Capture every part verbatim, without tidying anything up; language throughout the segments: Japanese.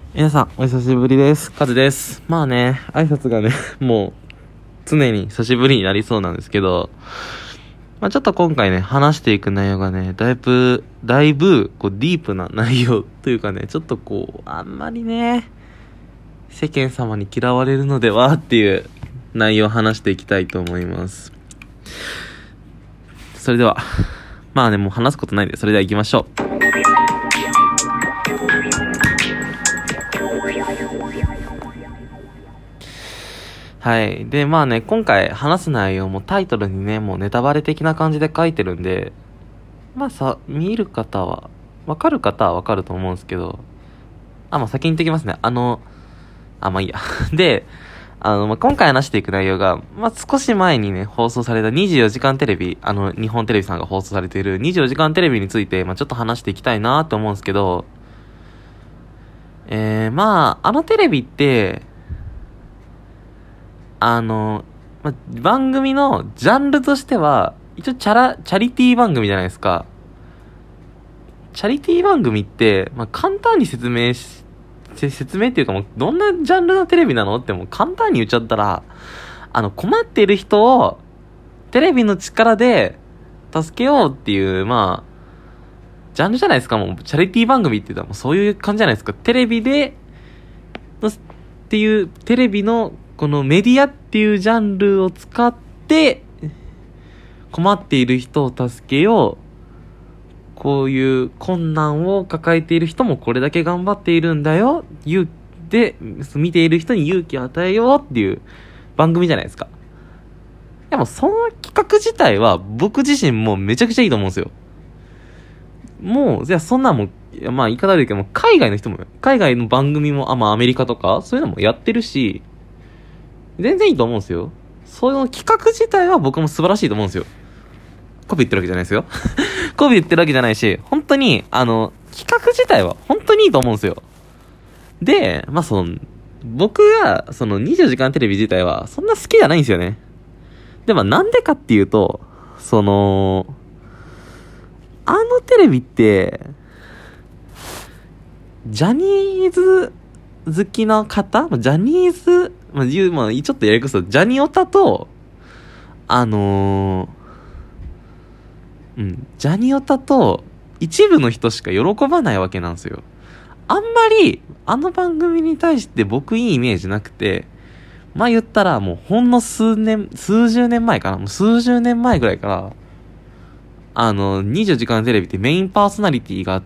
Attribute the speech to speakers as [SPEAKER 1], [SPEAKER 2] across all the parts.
[SPEAKER 1] 皆さん、お久しぶりです。カズです。まあね、挨拶がね、もう、常に久しぶりになりそうなんですけど、まあちょっと今回ね、話していく内容がね、だいぶ、だいぶ、こう、ディープな内容というかね、ちょっとこう、あんまりね、世間様に嫌われるのではっていう内容を話していきたいと思います。それでは、まあね、もう話すことないんで、それでは行きましょう。はい。で、まあね、今回話す内容もタイトルにね、もうネタバレ的な感じで書いてるんで、まあさ、見る方は、わかる方はわかると思うんですけど、あ、まあ先に言ってきますね。あの、あ、まあいいや。で、あの、まあ、今回話していく内容が、まあ、少し前にね、放送されたにじゅうよじかんテレビ、あの、日本テレビさんが放送されているにじゅうよじかんテレビについて、まあ、ちょっと話していきたいなと思うんですけど、えー、まあ、あのテレビって、あの、まあ、番組のジャンルとしては、一応チャラ、チャリティー番組じゃないですか。チャリティー番組って、まあ、簡単に説明し、説明っていうかもう、どんなジャンルのテレビなのってもう簡単に言っちゃったら、あの、困っている人を、テレビの力で、助けようっていう、まあ、ジャンルじゃないですか。もう、チャリティー番組って言ったらもうそういう感じじゃないですか。テレビで、っていう、テレビの、このメディアっていうジャンルを使って、困っている人を助けよう。こういう困難を抱えている人もこれだけ頑張っているんだよ。勇で、見ている人に勇気を与えようっていう番組じゃないですか。でもその企画自体は僕自身もめちゃくちゃいいと思うんですよ。もう、じゃあそんなんも、まあ言い方悪いけども、海外の人も、海外の番組も、あ、まあアメリカとか、そういうのもやってるし、全然いいと思うんですよ。その企画自体は僕も素晴らしいと思うんですよ。コピー言ってるわけじゃないですよ。コピー言ってるわけじゃないし、本当に、あの、企画自体は本当にいいと思うんですよ。で、まあその、僕が、そのにじゅうよじかんテレビ自体はそんな好きじゃないんですよね。で、まあなんでかっていうと、その、あのテレビって、ジャニーズ好きの方ジャニーズ、まあ、言う、まあ、ちょっとやりくすと、ジャニオタと、あのー、うん、ジャニオタと、一部の人しか喜ばないわけなんですよ。あんまり、あの番組に対して僕いいイメージなくて、まあ言ったらもうほんの数年、数十年前かな、もう数十年前ぐらいから、あの、にじゅうよじかんテレビってメインパーソナリティがあって、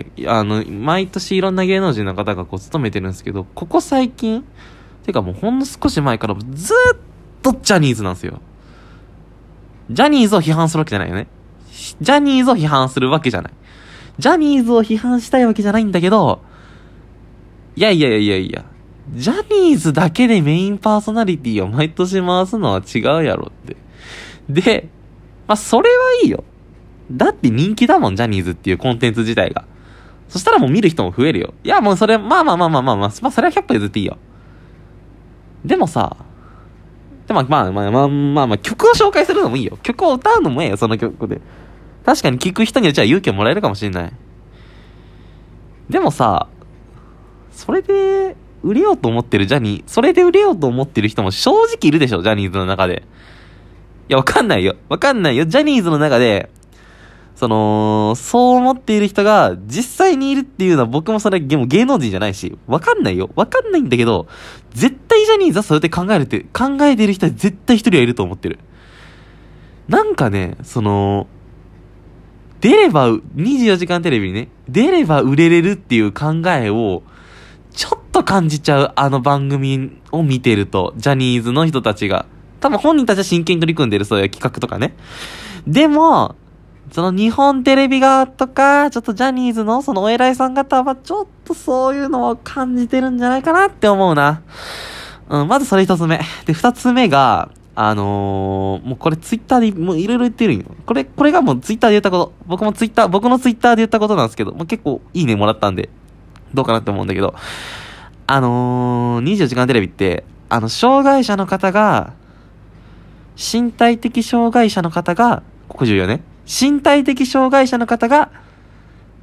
[SPEAKER 1] あの、毎年いろんな芸能人の方がこう務めてるんですけど、ここ最近、てかもうほんの少し前からずーっとジャニーズなんですよ。ジャニーズを批判するわけじゃないよね。ジャニーズを批判するわけじゃない。ジャニーズを批判したいわけじゃないんだけど、いやいやいやいやいや、ジャニーズだけでメインパーソナリティを毎年回すのは違うやろって。で、まあそれはいいよ。だって人気だもん、ジャニーズっていうコンテンツ自体が。そしたらもう見る人も増えるよ。いや、もうそれ、まあまあまあまあまあまあ、まあそれはひゃっぽ譲っていいよ。でもさ、でもまあまあまあまあまあ、曲を紹介するのもいいよ。曲を歌うのもええよ、その曲で。確かに聴く人にはじゃあ勇気をもらえるかもしれない。でもさ、それで、売れようと思ってるジャニー、それで売れようと思ってる人も正直いるでしょ、ジャニーズの中で。いや、わかんないよ。わかんないよ。ジャニーズの中で、その、そう思っている人が実際にいるっていうのは僕もそれも芸能人じゃないし、わかんないよ。わかんないんだけど、絶対ジャニーズはそれで考えるって、考えている人は絶対一人はいると思ってる。なんかね、その、出れば、にじゅうよじかんテレビにね、出れば売れれるっていう考えを、ちょっと感じちゃう、あの番組を見てると、ジャニーズの人たちが。多分本人たちは真剣に取り組んでる、そういう企画とかね。でも、その日本テレビ側とか、ちょっとジャニーズのそのお偉いさん方は、ちょっとそういうのを感じてるんじゃないかなって思うな。うん、まずそれ一つ目。で、二つ目が、あのー、もうこれツイッターでもういろいろ言ってるんよ。これ、これがもうツイッターで言ったこと。僕もツイッター、僕のツイッターで言ったことなんですけど、もう結構いいねもらったんで、どうかなって思うんだけど、あのー、にじゅうよじかんテレビって、あの、障害者の方が、身体的障害者の方が、ここ重要ね。身体的障害者の方が、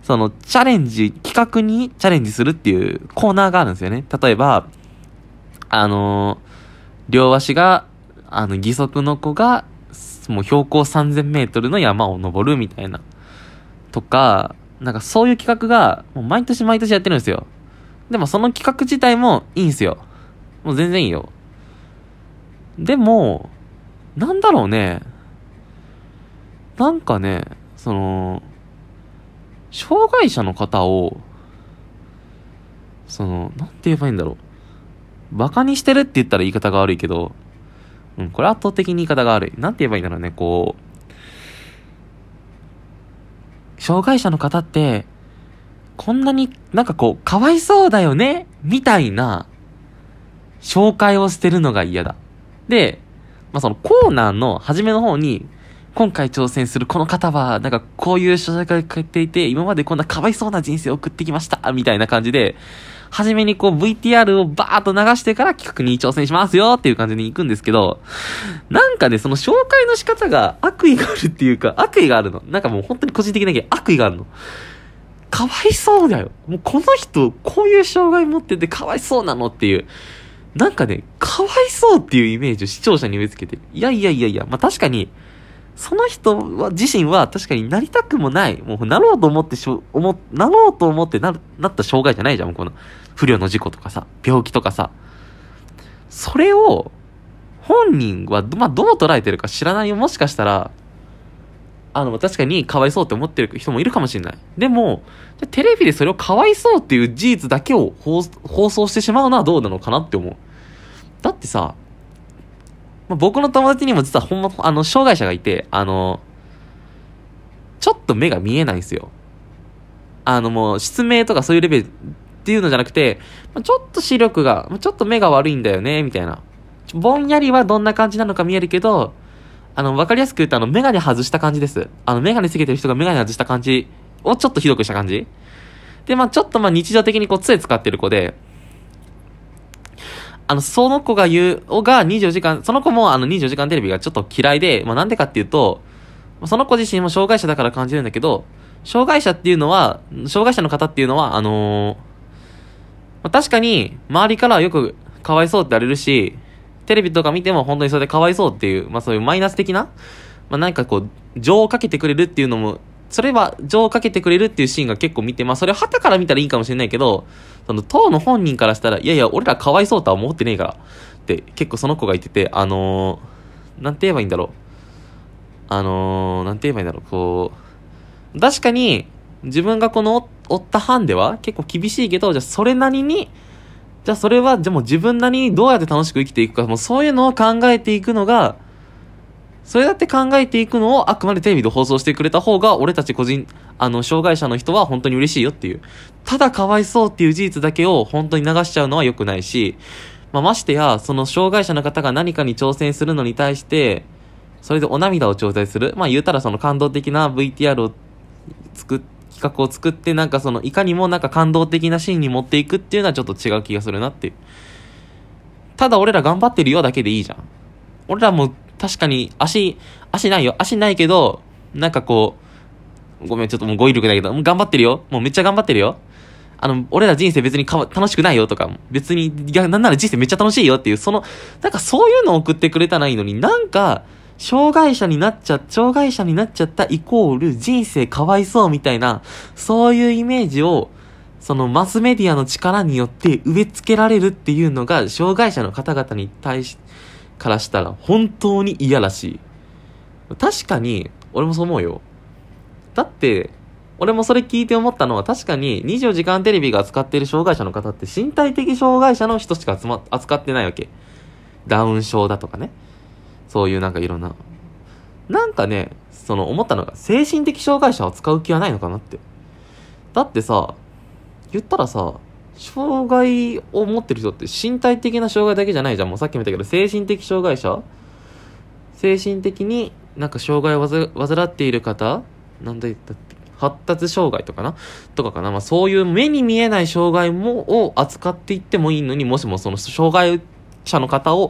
[SPEAKER 1] そのチャレンジ、企画にチャレンジするっていうコーナーがあるんですよね。例えば、あのー、両足が、あの、義足の子が、もう標高さんぜんメートルの山を登るみたいな。とか、なんかそういう企画が、もう毎年毎年やってるんですよ。でもその企画自体もいいんすよ。もう全然いいよ。でも、なんだろうね。なんかね、その、障害者の方を、その、なんて言えばいいんだろう。バカにしてるって言ったら言い方が悪いけど、うん、これ圧倒的に言い方が悪い。なんて言えばいいんだろうね、こう、障害者の方って、こんなになんかこう、かわいそうだよねみたいな、紹介をしてるのが嫌だ。で、まあ、そのコーナーの初めの方に、今回挑戦するこの方は、なんかこういう障害を抱えていて、今までこんなかわいそうな人生を送ってきました、みたいな感じで、初めにこう ブイティーアール をバーッと流してから企画に挑戦しますよっていう感じに行くんですけど、なんかね、その紹介の仕方が悪意があるっていうか、悪意があるの。なんかもう本当に個人的な意見、悪意があるの。かわいそうだよ。もうこの人、こういう障害持っててかわいそうなのっていう。なんかね、かわいそうっていうイメージを視聴者に植え付けて。いやいやいやいや、まあ、確かに、その人は、自身は確かになりたくもない。もうなろうと思ってしょ、思、なろうと思ってなる、なった障害じゃないじゃん。もうこの不慮の事故とかさ、病気とかさ。それを、本人は、まあ、どう捉えてるか知らないよ。もしかしたら、あの、確かにかわいそうって思ってる人もいるかもしれない。でも、テレビでそれをかわいそうっていう事実だけを放送してしまうのはどうなのかなって思う。だってさ、まあ、僕の友達にも実はほんま、あの、障害者がいて、あの、ちょっと目が見えないんですよ。あの、もう、失明とかそういうレベルっていうのじゃなくて、まあ、ちょっと視力が、まあ、ちょっと目が悪いんだよね、みたいな。ぼんやりはどんな感じなのか見えるけど、あの、わかりやすく言うと、あの、メガネ外した感じです。あの、メガネつけてる人がメガネ外した感じをちょっとひどくした感じで、まあちょっとまあ日常的にこう、杖使ってる子で、あの、その子が言う、がにじゅうよじかん、その子もあのにじゅうよじかんテレビがちょっと嫌いで、まあなんでかっていうと、その子自身も障害者だから感じるんだけど、障害者っていうのは、障害者の方っていうのは、あのー、まあ、確かに、周りからはよくかわいそうって言われるし、テレビとか見ても本当にそれでかわいそうっていう、まあそういうマイナス的な、まあなんかこう、情をかけてくれるっていうのも、それは情をかけてくれるっていうシーンが結構見て、まあそれを旗から見たらいいかもしれないけど、その当の本人からしたら、いやいや、俺らかわいそうとは思ってねえから、って結構その子が言ってて、あのー、なんて言えばいいんだろう。あのー、なんて言えばいいんだろう、こう、確かに、自分がこの負った班では結構厳しいけど、じゃあそれなりに、じゃあそれは、じゃあもう自分なりにどうやって楽しく生きていくか、もうそういうのを考えていくのが、それだって考えていくのをあくまでテレビで放送してくれた方が、俺たち個人、あの、障害者の人は本当に嬉しいよっていう。ただかわいそうっていう事実だけを本当に流しちゃうのは良くないし、まあ、ましてや、その障害者の方が何かに挑戦するのに対して、それでお涙を頂戴する。まあ言うたらその感動的な ブイティーアール を作っ、企画を作って、なんかそのいかにもなんか感動的なシーンに持っていくっていうのはちょっと違う気がするなっていう。ただ俺ら頑張ってるよだけでいいじゃん。俺らも確かに足、足ないよ。足ないけど、なんかこう、ごめん、ちょっともう語彙力だけど、もう頑張ってるよ。もうめっちゃ頑張ってるよ。あの、俺ら人生別にかわ楽しくないよとか、別に、いや、なんなら人生めっちゃ楽しいよっていう、その、なんかそういうのを送ってくれたらいいのに、なんか、障害者になっちゃ、障害者になっちゃったイコール人生かわいそうみたいな、そういうイメージを、そのマスメディアの力によって植え付けられるっていうのが、障害者の方々に対し、からしたら本当に嫌らしい。確かに、俺もそう思うよ。だって、俺もそれ聞いて思ったのは、確かににじゅうよじかんテレビが扱っている障害者の方って身体的障害者の人しか集ま扱ってないわけ。ダウン症だとかね。そういうなんかいろんな。なんかね、その思ったのが、精神的障害者を使う気はないのかなって。だってさ、言ったらさ、障害を持ってる人って身体的な障害だけじゃないじゃん。もうさっきも言ったけど、精神的障害者精神的になんか障害を患っている方なんだ言ったって発達障害とかなとかかな。まあそういう目に見えない障害もを扱っていってもいいのに、もしもその障害者の方を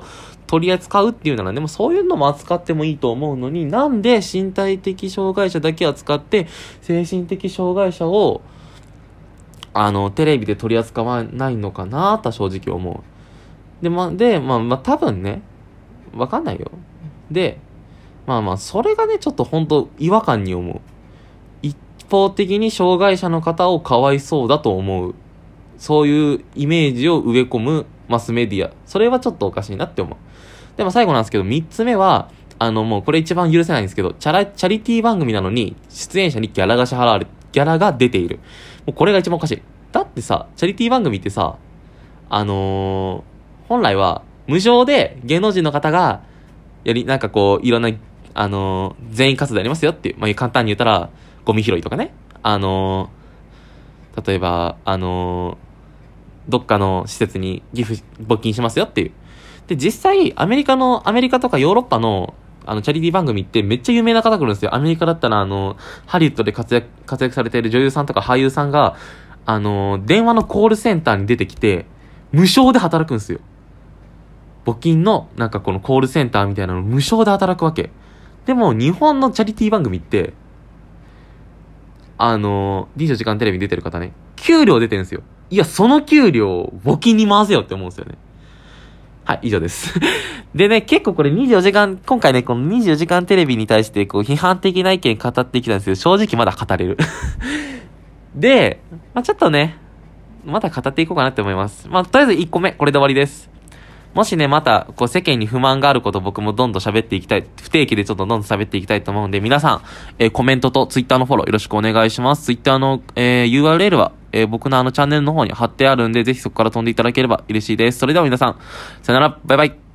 [SPEAKER 1] 取り扱うっていうなら、でもそういうのも扱ってもいいと思うのに、なんで身体的障害者だけ扱って、精神的障害者を、あの、テレビで取り扱わないのかなと正直思う。で、まあ、で、まあ、まあ、多分ね、わかんないよ。で、まあまあ、それがね、ちょっと本当違和感に思う。一方的に障害者の方をかわいそうだと思う。そういうイメージを植え込むマスメディア。それはちょっとおかしいなって思う。でも最後なんですけど、三つ目は、あのもうこれ一番許せないんですけど、チャラ、チャリティー番組なのに、出演者にギャラが支払われ、ギャラが出ている。もうこれが一番おかしい。だってさ、チャリティー番組ってさ、あのー、本来は無償で芸能人の方が、やり、なんかこう、いろんな、あのー、全員活動やりますよっていう、まあ、簡単に言ったら、ゴミ拾いとかね。あのー、例えば、あのー、どっかの施設に寄付、募金しますよっていう。で、実際、アメリカの、アメリカとかヨーロッパの、あの、チャリティー番組ってめっちゃ有名な方来るんですよ。アメリカだったら、あの、ハリウッドで活躍、活躍されている女優さんとか俳優さんが、あの、電話のコールセンターに出てきて、無償で働くんですよ。募金の、なんかこのコールセンターみたいなの無償で働くわけ。でも、日本のチャリティー番組って、あの、にじゅうよじかんテレビに出てる方ね、給料出てるんですよ。いや、その給料を募金に回せよって思うんですよね。はい、以上です。でね、結構これにじゅうよじかん、今回ね、このにじゅうよじかんテレビに対して、こう、批判的な意見語ってきたんですけど、正直まだ語れる。で、まあちょっとね、まだ語っていこうかなって思います。まあとりあえずいっこめ、これで終わりです。もしね、また、こう、世間に不満があること僕もどんどん喋っていきたい、不定期でちょっとどんどん喋っていきたいと思うんで、皆さん、えー、コメントとツイッターのフォローよろしくお願いします。ツイッターの、えー、ユーアールエル は、えー、僕のあのチャンネルの方に貼ってあるんで、ぜひそこから飛んでいただければ嬉しいです。それでは皆さん、さよなら、バイバイ。